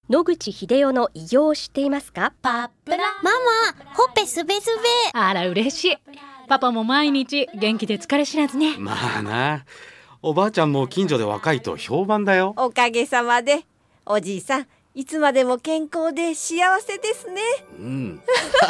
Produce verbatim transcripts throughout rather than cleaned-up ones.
野口英世の偉業を知っていますか？ パップラママ、ほっぺすべすべ。 あら嬉しい。パパも毎日元気で疲れ知らずね。 まあな、おばあちゃんも近所で若いと評判だよ。 おかげさまで。おじいさん、いつまでも健康で幸せですね。 うん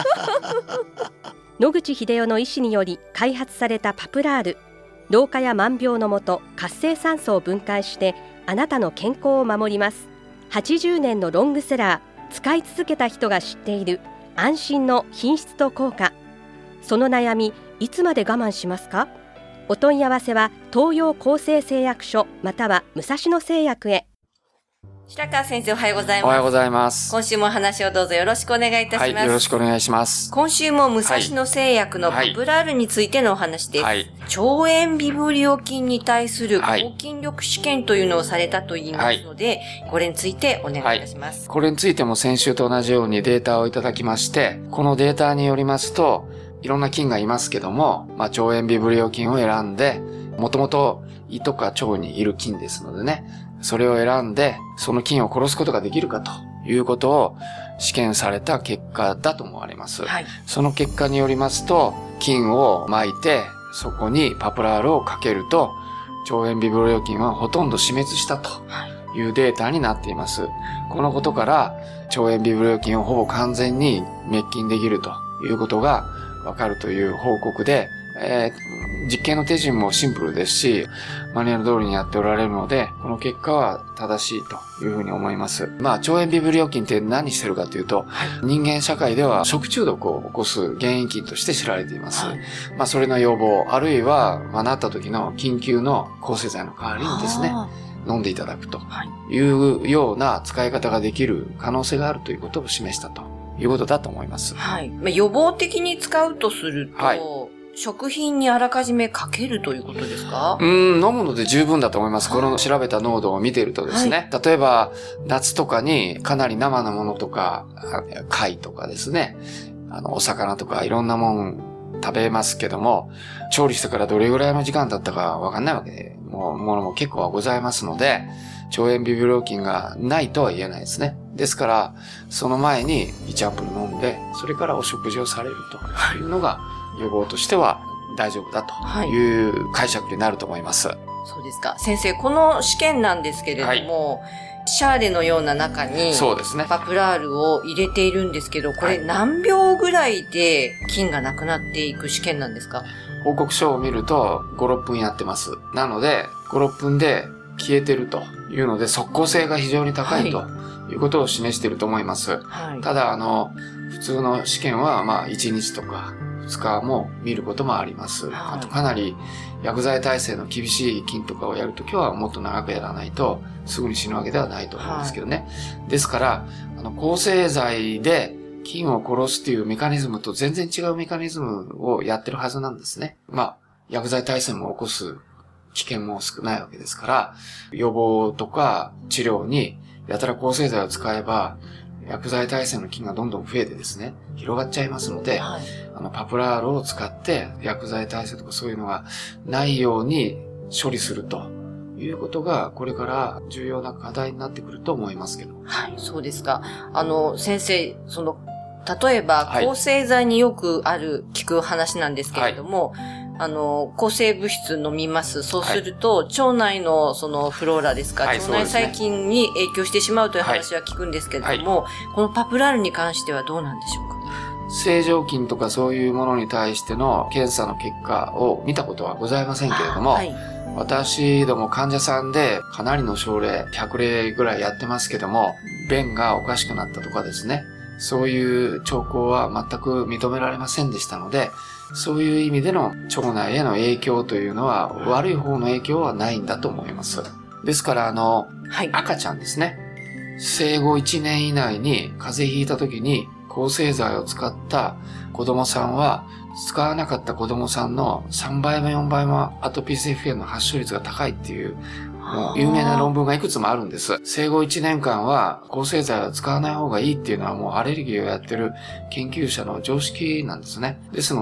野口英世の医師により開発されたパプラール。老化や万病のもと活性酸素を分解してあなたの健康を守ります。はちじゅうねんのロングセラー、使い続けた人が知っている安心の品質と効果。その悩み、いつまで我慢しますか？お問い合わせは東洋厚生製薬所または武蔵野製薬へ。 白川先生、おはようございます。 おはようございます。 今週もお話をどうぞよろしくお願いいたします。 はい、よろしくお願いします。 今週も武蔵野製薬のパプラールについてのお話です。はい、腸炎ビブリオ菌に対する抗菌力試験というのをされたといいますので、はい、これについてお願いいたします、 はい。これについても先週と同じようにデータをいただきまして、このデータによりますと、いろんな菌がいますけども、まあ、腸炎ビブリオ菌を選んで、もともと胃とか腸にいる菌ですのでね、それを選んで、その菌を殺すことができるかということを試験された結果だと思われます。はい、その結果によりますと、菌を巻いて、そこにパプラールをかけると、腸炎ビブリオ菌はほとんど死滅したというデータになっています。このことから、腸炎ビブリオ菌をほぼ完全に滅菌できるということがわかるという報告で、えー実験の手順もシンプルですし、マニュアル通りにやっておられるので、この結果は正しいというふうに思います。まあ、腸炎ビブリオ菌って何してるかというと、はい、人間社会では食中毒を起こす原因菌として知られています。はい、まあ、それの予防、あるいは、まあ、なった時の緊急の抗生剤の代わりにですね、飲んでいただくというような使い方ができる可能性があるということを示したということだと思います。 はい。まあ、予防的に使うとすると、はい、食品にあらかじめかけるということですか？ うん、飲むので十分だと思います。この調べた濃度を見ているとですね、はい、例えば夏とかにかなり生のものとか、貝とかですね、あのお魚とかいろんなもん食べますけども、調理してからどれぐらいの時間だったかわかんないわけで、もうものも結構はございますので、腸炎ビブリオ菌がないとは言えないですね。ですから、その前にいちアンプル飲んで、それからお食事をされるというのが、予防としては大丈夫だという解釈になると思います。はい、 そうですか。先生、この試験なんですけれども、はい、シャーレのような中にパプラールを入れているんですけど、これ何秒ぐらいで菌がなくなっていく試験なんですか？ 報告書を見るとご、ろっぷんやってます。なのでご、ろっぷんで消えてるというので即効性が非常に高いということを示していると思います。はい、ただ、あの、普通の試験はまあいちにちとかふつかも見ることもあります。はい、あとかなり薬剤耐性の厳しい菌とかをやるときはもっと長くやらないとすぐに死ぬわけではないと思うんですけどね。はい、ですから、あの抗生剤で菌を殺すというメカニズムと全然違うメカニズムをやってるはずなんですね。まあ、薬剤耐性も起こす危険も少ないわけですから、予防とか治療にやたら抗生剤を使えば、薬剤耐性の菌がどんどん増えてですね、広がっちゃいますので、はい、あの、パプラールを使って薬剤耐性とかそういうのがないように処理するということが、これから重要な課題になってくると思いますけど。 はい、そうですか。あの、先生、その、例えば、抗生剤によくある、聞く話なんですけれども、はい、あの、抗生物質飲みます。そうすると、はい、腸内のそのフローラですか、はい、腸内細菌に影響してしまうという話は聞くんですけれども、はい、このパプラールに関してはどうなんでしょうか？ 正常菌とかそういうものに対しての検査の結果を見たことはございませんけれども、はい、私ども患者さんでかなりの症例、ひゃくれいぐらいやってますけども、便がおかしくなったとかですね、そういう兆候は全く認められませんでしたので、そういう意味での腸内への影響というのは、悪い方の影響はないんだと思います。ですから、あの、はい、赤ちゃんですね。生後いちねん以内に風邪ひいた時に抗生剤を使った子供さんは、使わなかった子供さんのさんばいもよんばいもアトピー性皮膚炎の発症率が高いっていう、もう有名な論文がいくつもあるんです。生後いちねんかんは抗生剤は使わない方がいいっていうのはもうアレルギーをやってる研究者の常識なんですね。ですので、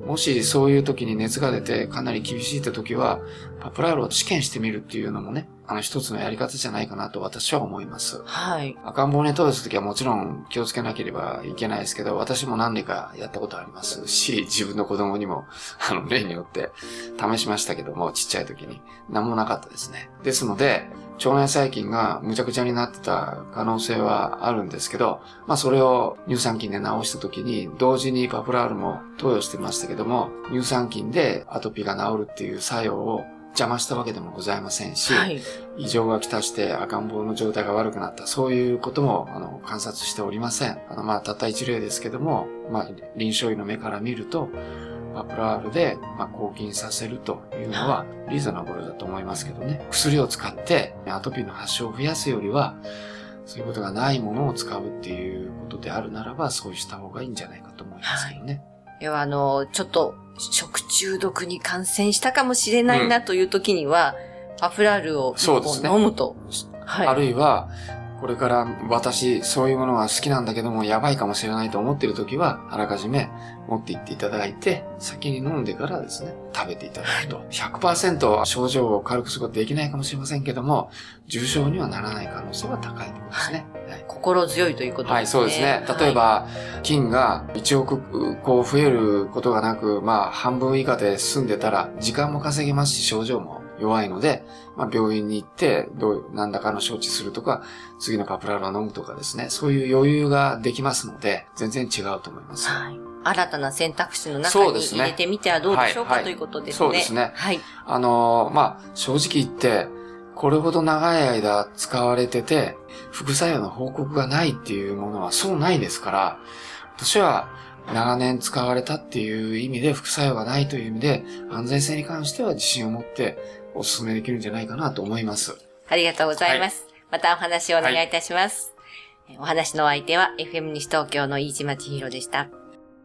もしそういう時に熱が出てかなり厳しいって時は、パプラールを試験してみるっていうのもね、あの一つのやり方じゃないかなと私は思います。 はい。 赤ん坊に投与する時はもちろん気をつけなければいけないですけど、私も何例かやったことありますし、自分の子供にも、あの、例によって試しましたけども、ちっちゃい時に。何もなかったですね。ですので、腸内細菌がむちゃくちゃになってた可能性はあるんですけど、まあそれを乳酸菌で治した時に、同時にパプラールも投与してましたけども、乳酸菌でアトピーが治るっていう作用を邪魔したわけでもございませんし、はい、異常がきたして赤ん坊の状態が悪くなった、そういうこともあの観察しておりません。あのまあたった一例ですけども、まあ臨床医の目から見ると、パプラールで、まあ、抗菌させるというのはリーズナブルだと思いますけどね。薬を使ってアトピーの発症を増やすよりは、そういうことがないものを使うっていうことであるならば、そうした方がいいんじゃないかと思いますけどね。 はい、では、あの、ちょっと食中毒に感染したかもしれないなという時には、うん、パプラールを一本飲むと。 はい、あるいは、これから私、そういうものが好きなんだけども、やばいかもしれないと思っているときは、あらかじめ持って行っていただいて、先に飲んでからですね、食べていただくと。ひゃくパーセント 症状を軽くすることできないかもしれませんけども、重症にはならない可能性は高いということですね。 はい、心強いということですね。 はい、そうですね。例えば、はい、菌がいちおくこう増えることがなく、まあ、半分以下で済んでたら、時間も稼げますし、症状も弱いので、まあ、病院に行って、どう、何らかの処置するとか、次のパプラールを飲むとかですね、そういう余裕ができますので、全然違うと思います。 はい。新たな選択肢の中に入れてみてはどうでしょうか、ということですね。 そうですね。 はい。 あのー、まあ、正直言って、これほど長い間使われてて、副作用の報告がないっていうものはそうないですから、私は長年使われたっていう意味で副作用がないという意味で、安全性に関しては自信を持ってお勧めできるんじゃないかなと思います。 ありがとうございます。はい、またお話をお願いいたします。はい、お話のお相手は エフエム 西東京の飯島千尋でした。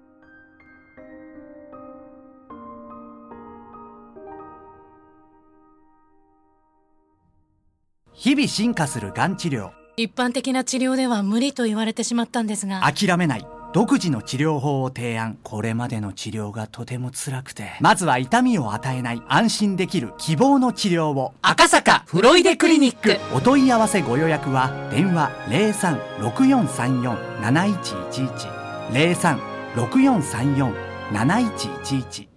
日々進化するがん治療。 一般的な治療では無理と言われてしまったんですが、 諦めない。独自の治療法を提案。これまでの治療がとても辛くて、まずは痛みを与えない、安心できる希望の治療を。 赤坂フロイデクリニック。 お問い合わせご予約は電話 ゼロさん ろくよんさんよん なないちいちいち ゼロさん ろくよんさんよん なないちいちいち